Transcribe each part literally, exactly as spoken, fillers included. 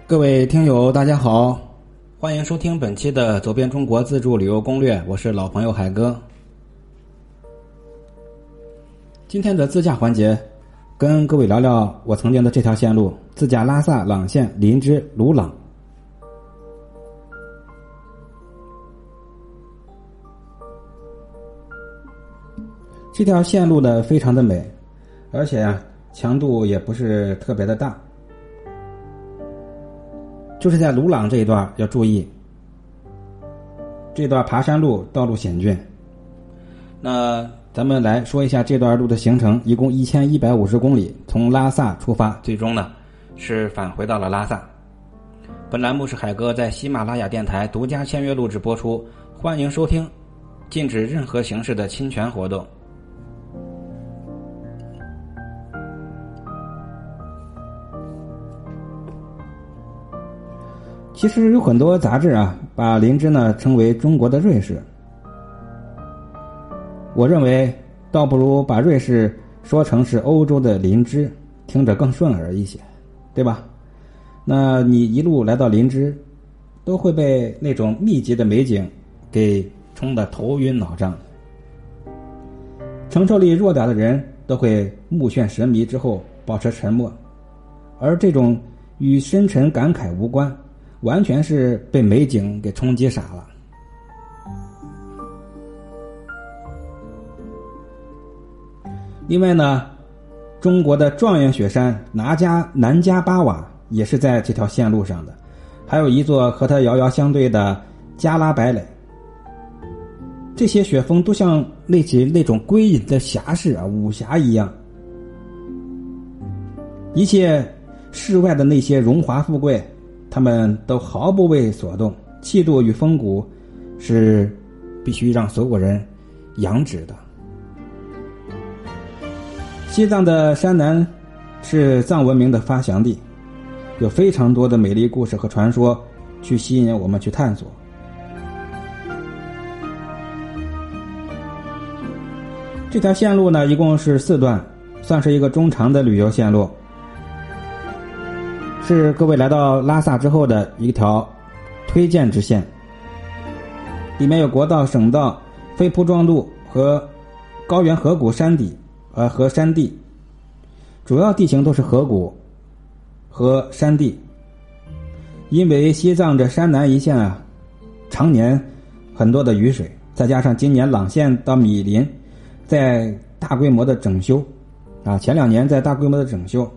各位听友大家好，欢迎收听本期的走遍中国自助旅游攻略，我是老朋友海哥。今天的自驾环节跟各位聊聊我曾经的这条线路，自驾拉萨、朗县、林芝、鲁朗。这条线路呢非常的美，而且啊强度也不是特别的大，就是在鲁朗这一段要注意，这段爬山路道路险峻。那咱们来说一下这段路的行程，一共一千一百五十公里，从拉萨出发，最终呢是返回到了拉萨。本栏目是海哥在喜马拉雅电台独家签约录制播出，欢迎收听，禁止任何形式的侵权活动。其实有很多杂志啊，把林芝呢称为中国的瑞士。我认为倒不如把瑞士说成是欧洲的林芝，听着更顺耳一些，对吧？那你一路来到林芝，都会被那种密集的美景给冲得头晕脑胀。承受力弱点的人都会目眩神迷之后保持沉默，而这种与深沉感慨无关，完全是被美景给冲击傻了。另外呢，中国的状元雪山拿加南迦巴瓦也是在这条线路上的，还有一座和它遥遥相对的加拉白垒。这些雪峰都像类似那种归隐的侠士啊，武侠一样，一切世外的那些荣华富贵他们都毫不为所动，气度与风骨是必须让所有人仰止的。西藏的山南是藏文明的发祥地，有非常多的美丽故事和传说去吸引我们去探索。这条线路呢一共是四段，算是一个中长的旅游线路，是各位来到拉萨之后的一条推荐之线，里面有国道、省道、非铺装路和高原河谷山底呃和山地，主要地形都是河谷和山地。因为西藏这山南一线啊，常年很多的雨水，再加上今年朗县到米林在大规模的整修啊，前两年在大规模的整修。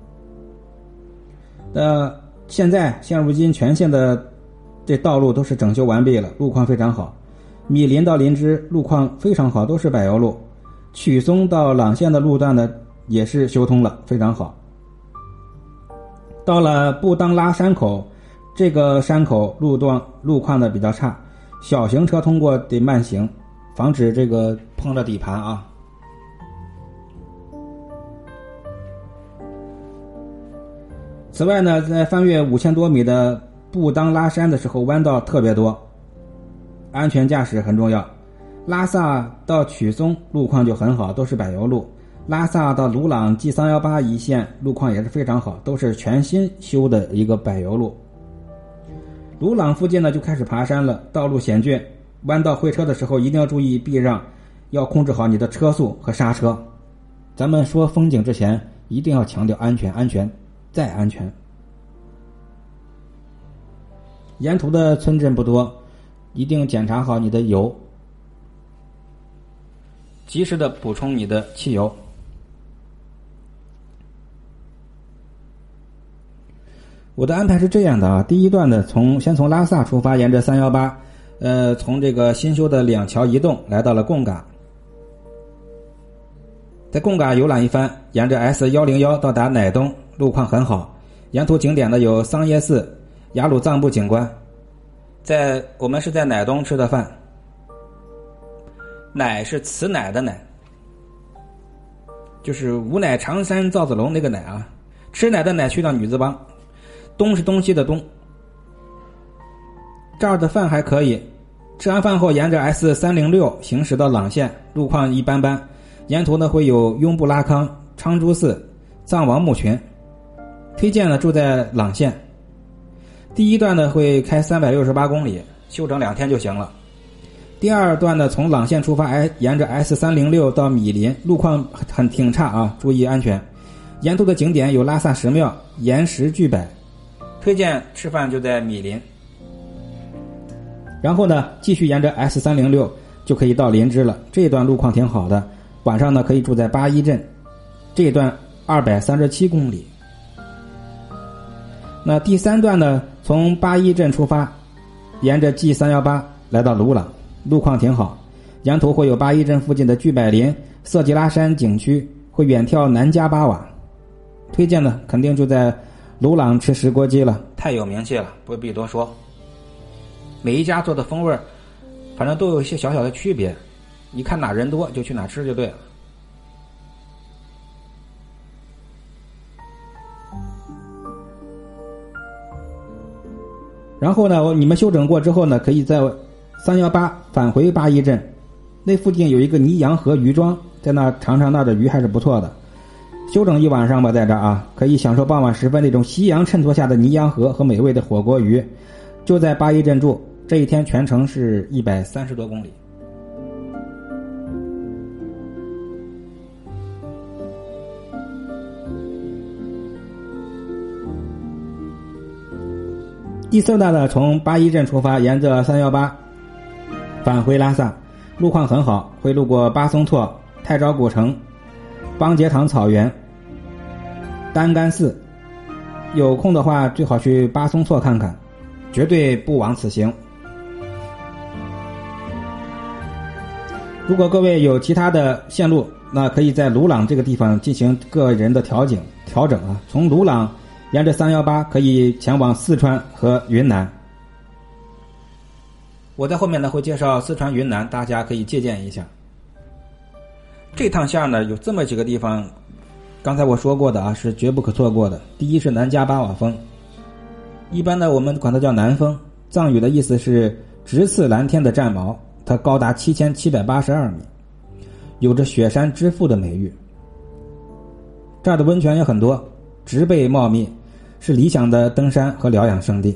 那现在现如今全线的这道路都是整修完毕了，路况非常好。米林到林芝路况非常好，都是柏油路。曲松到朗县的路段呢也是修通了，非常好。到了布当拉山口，这个山口路段路况呢比较差，小型车通过得慢行，防止这个碰着底盘啊。此外呢，在翻越五千多米的布当拉山的时候，弯道特别多，安全驾驶很重要。拉萨到曲松路况就很好，都是柏油路。拉萨到鲁朗 G 三一八 一线路况也是非常好，都是全新修的一个柏油路。鲁朗附近呢就开始爬山了，道路险峻，弯道会车的时候一定要注意避让，要控制好你的车速和刹车。咱们说风景之前一定要强调安全，安全再安全。沿途的村镇不多，一定检查好你的油，及时的补充你的汽油。我的安排是这样的啊，第一段呢，从先从拉萨出发，沿着三一八，呃，从这个新修的两桥移动，来到了贡嘎，在贡嘎游览一番，沿着 S 一零一到达乃东，路况很好，沿途景点呢有桑耶寺、雅鲁藏布景观。在我们是在乃东吃的饭，乃是此乃的乃，就是无乃长山赵子龙那个乃啊，吃乃的乃去掉女字旁，东是东西的东。这儿的饭还可以，吃完饭后沿着 S 三零六行驶到朗县，路况一般般，沿途呢会有雍布拉康、昌珠寺、藏王墓群。推荐呢住在朗县， 第一段呢会开三百六十八公里，休整两天就行了。第二段呢从朗县出发，沿着 S 三零六 到米林，路况很挺差啊，注意安全。沿途的景点有拉萨石庙、岩石巨柏，推荐吃饭就在米林。然后呢继续沿着 S 三零六 就可以到林芝了，这一段路况挺好的，晚上呢可以住在八一镇，这一段二百三十七公里。那第三段呢从八一镇出发，沿着 G 三一八 来到鲁朗，路况挺好，沿途会有八一镇附近的巨柏林、色季拉山景区，会远眺南迦巴瓦。推荐呢肯定就在鲁朗吃石锅鸡了，太有名气了，不必多说。每一家做的风味反正都有一些小小的区别，一看哪人多就去哪吃就对了。然后呢你们休整过之后呢，可以在三一八返回八一镇，那附近有一个泥洋河渔庄，在那尝尝那的鱼还是不错的。休整一晚上吧，在这儿啊，可以享受傍晚时分那种夕阳衬托下的泥洋河和美味的火锅鱼。就在八一镇住，这一天全程是一百三十多公里。第四段呢，从八一镇出发，沿着三一八返回拉萨，路况很好，会路过巴松措、太昭古城、邦杰堂草原、丹干寺，有空的话最好去巴松措看看，绝对不枉此行。如果各位有其他的线路，那可以在鲁朗这个地方进行个人的调整调整啊。从鲁朗沿着三一八可以前往四川和云南。我在后面呢会介绍四川云南，大家可以借鉴一下。这趟线呢有这么几个地方，刚才我说过的啊，是绝不可错过的。第一是南迦巴瓦峰，一般呢我们管它叫南峰，藏语的意思是直刺蓝天的战矛，它高达七千七百八十二米，有着雪山之父的美誉。这儿的温泉也很多，植被茂密，是理想的登山和疗养胜地。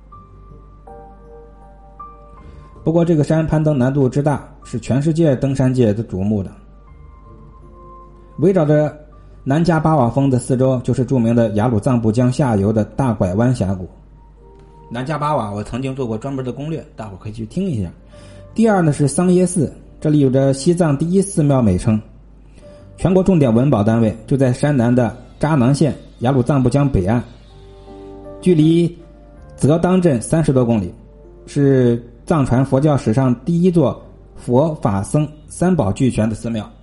不过这个山攀登难度之大，是全世界登山界都瞩目的。围绕着南迦巴瓦峰的四周就是著名的雅鲁藏布江下游的大拐弯峡谷。南迦巴瓦我曾经做过专门的攻略，大伙可以去听一下。第二呢是桑耶寺，这里有着西藏第一寺庙美称，全国重点文保单位，就在山南的扎囊县雅鲁藏布江北岸，距离泽当镇三十多公里，是藏传佛教史上第一座佛法僧三宝俱全的寺庙。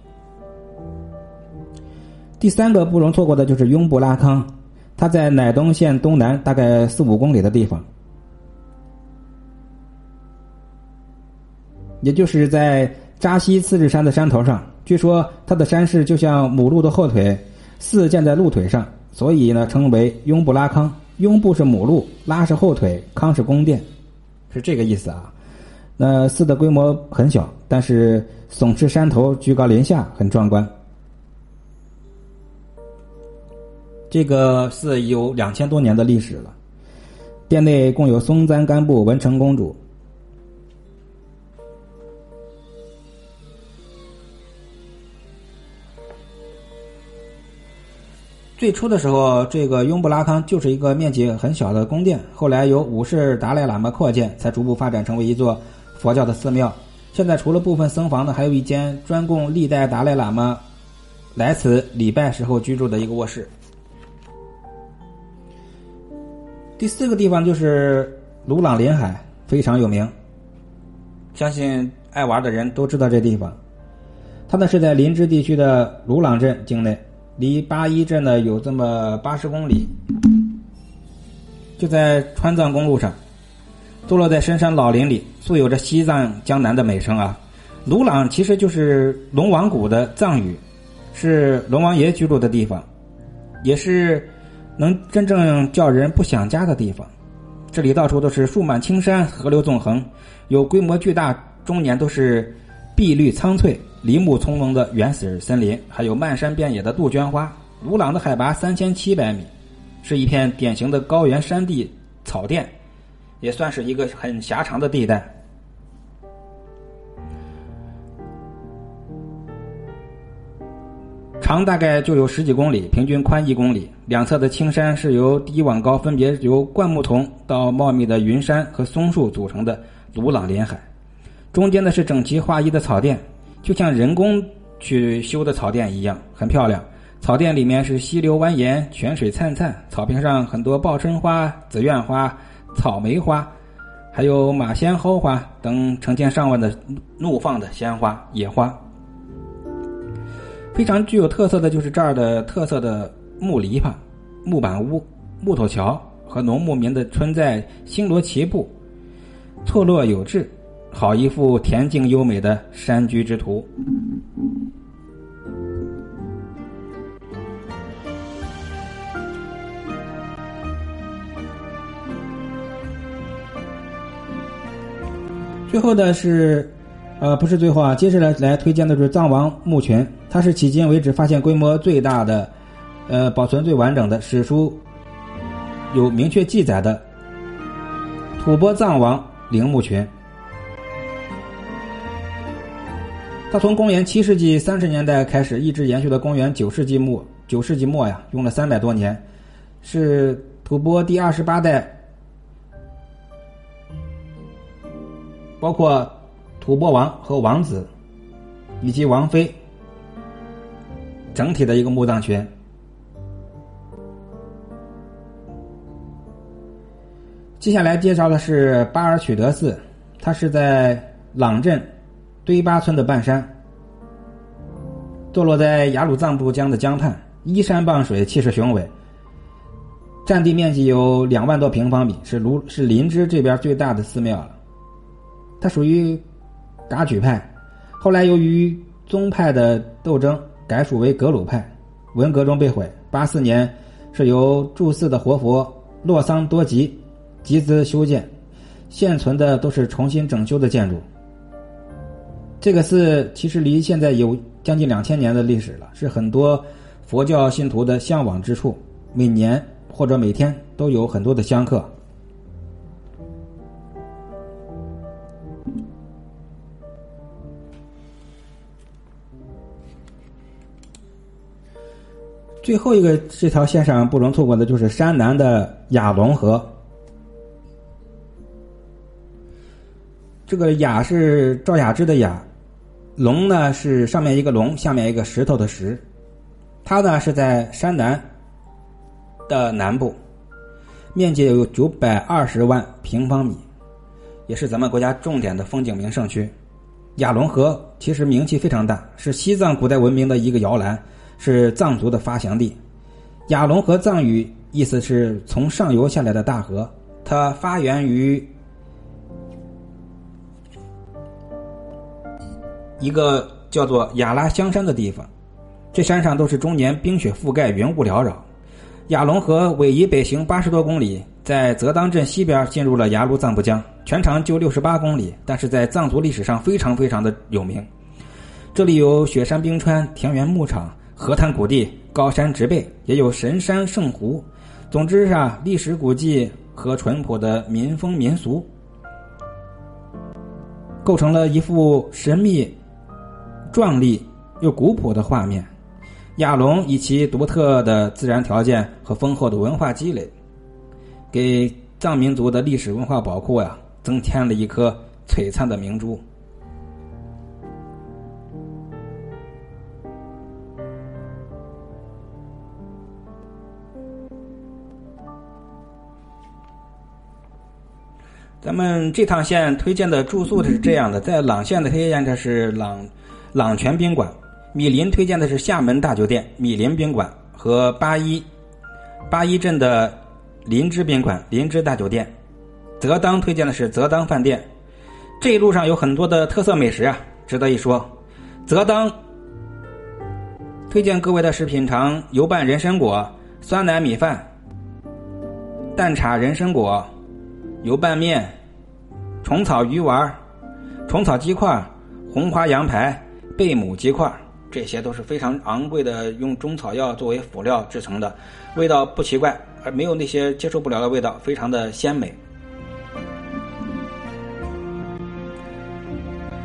第三个不容错过的就是雍布拉康，它在乃东县东南大概四五公里的地方，也就是在扎西次日山的山头上。据说它的山势就像母鹿的后腿，寺建在鹿腿上，所以呢称为雍布拉康。雍布是母鹿，拉是后腿，康是宫殿，是这个意思啊。那寺的规模很小，但是耸峙山头，居高临下，很壮观。这个寺有两千多年的历史了，殿内共有松赞干布、文成公主。最初的时候，这个雍布拉康就是一个面积很小的宫殿，后来由五世达赖喇嘛扩建，才逐步发展成为一座佛教的寺庙。现在除了部分僧房呢，还有一间专供历代达赖喇嘛来此礼拜时候居住的一个卧室。第四个地方就是鲁朗林海，非常有名，相信爱玩的人都知道这地方。它呢是在林芝地区的鲁朗镇境内，离八一镇呢有这么八十公里，就在川藏公路上，坐落在深山老林里，素有着西藏江南的美称啊。鲁朗其实就是龙王谷的藏语，是龙王爷居住的地方，也是能真正叫人不想家的地方。这里到处都是树满青山，河流纵横，有规模巨大，终年都是碧绿苍翠、林木葱茏的原始森林，还有漫山遍野的杜鹃花。鲁朗的海拔三千七百米，是一片典型的高原山地草甸， 也算是一个很狭长的地带。长大概就有十几公里，平均宽一公里。两侧的青山是由低往高分别由灌木丛到茂密的云杉和松树组成的鲁朗林海。中间呢是整齐划一的草甸，就像人工去修的草甸一样，很漂亮。草甸里面是溪流蜿蜒，泉水灿灿，草坪上很多报春花、紫苑花、草莓花，还有马先蒿花等成千上万的怒放的鲜花、野花。非常具有特色的就是这儿的特色的木篱笆、木板屋、木头桥和农牧民的村寨星罗棋布，错落有致，好一幅恬静优美的山居之图。最后的是呃，不是最后啊，接下来来推荐的是藏王墓群，它是迄今为止发现规模最大的，呃，保存最完整的史书有明确记载的吐蕃藏王陵墓群。它从公元七世纪三十年代开始，一直延续到公元九世纪末，九世纪末呀，用了三百多年，是吐蕃第二十八代，包括吐蕃王和王子以及王妃整体的一个墓葬群。接下来介绍的是巴尔曲德寺，它是在朗镇堆巴村的半山，坐落在雅鲁藏布江的江畔，依山傍水，气势雄伟，占地面积有两万多平方米，是卢是林芝这边最大的寺庙了。它属于噶举派，后来由于宗派的斗争改属为格鲁派，文革中被毁。八四年是由住寺的活佛洛桑多吉集资修建，现存的都是重新整修的建筑。这个寺其实离现在有将近两千年的历史了，是很多佛教信徒的向往之处，每年或者每天都有很多的香客。最后一个这条线上不容错过的就是山南的雅龙河。这个雅是赵雅芝的雅，龙呢是上面一个龙，下面一个石头的石。它呢是在山南的南部，面积有九百二十万平方米，也是咱们国家重点的风景名胜区。雅龙河其实名气非常大，是西藏古代文明的一个摇篮，是藏族的发祥地。雅龙河藏语意思是从上游下来的大河，它发源于一个叫做雅拉香山的地方，这山上都是终年冰雪覆盖，云雾缭绕。雅龙河尾移北行八十多公里，在泽当镇西边进入了雅鲁藏布江，全长就六十八公里，但是在藏族历史上非常非常的有名。这里有雪山冰川、田园牧场、河滩谷地、高山植被，也有神山圣湖。总之啊，历史古迹和淳朴的民风民俗，构成了一幅神秘、壮丽又古朴的画面。雅龙以其独特的自然条件和丰厚的文化积累，给藏民族的历史文化宝库呀、啊，增添了一颗璀璨的明珠。咱们这趟线推荐的住宿是这样的，在朗县的推荐的是朗朗泉宾馆，米林推荐的是厦门大酒店米林宾馆和八一八一镇的林芝宾馆林芝大酒店，泽当推荐的是泽当饭店。这一路上有很多的特色美食啊，值得一说。泽当推荐各位的是品尝油拌人参果、酸奶米饭、蛋挞人参果、油拌面、虫草鱼丸、虫草鸡块、红花羊排、贝母鸡块，这些都是非常昂贵的，用中草药作为辅料制成的，味道不奇怪，而没有那些接受不了的味道，非常的鲜美。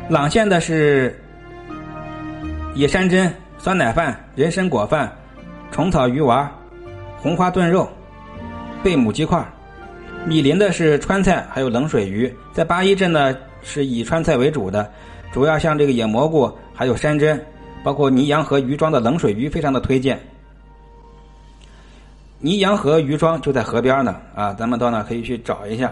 朗县的是野山珍、酸奶饭、人参果饭、虫草鱼丸、红花炖肉、贝母鸡块。米林的是川菜还有冷水鱼。在八一镇呢是以川菜为主的，主要像这个野蘑菇还有山珍，包括泥阳河鱼庄的冷水鱼非常的推荐。泥阳河鱼庄就在河边呢啊，咱们到那可以去找一下。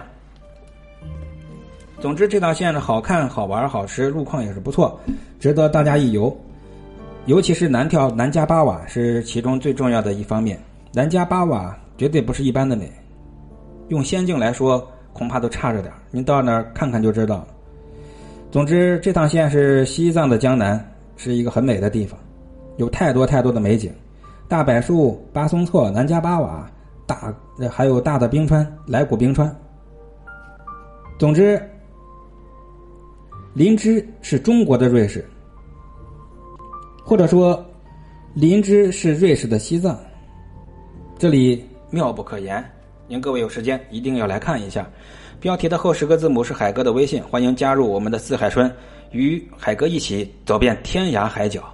总之这趟线好看好玩好吃，路况也是不错，值得大家一游。尤其是南跳南迦巴瓦是其中最重要的一方面，南迦巴瓦绝对不是一般的美，用仙境来说恐怕都差着点，您到那儿看看就知道了。总之这趟线是西藏的江南，是一个很美的地方，有太多太多的美景，大柏树、巴松措、南迦巴瓦，大还有大的冰川来古冰川。总之林芝是中国的瑞士，或者说林芝是瑞士的西藏，这里妙不可言，您各位有时间一定要来看一下。标题的后十个字母是海哥的微信，欢迎加入我们的四海春，与海哥一起走遍天涯海角。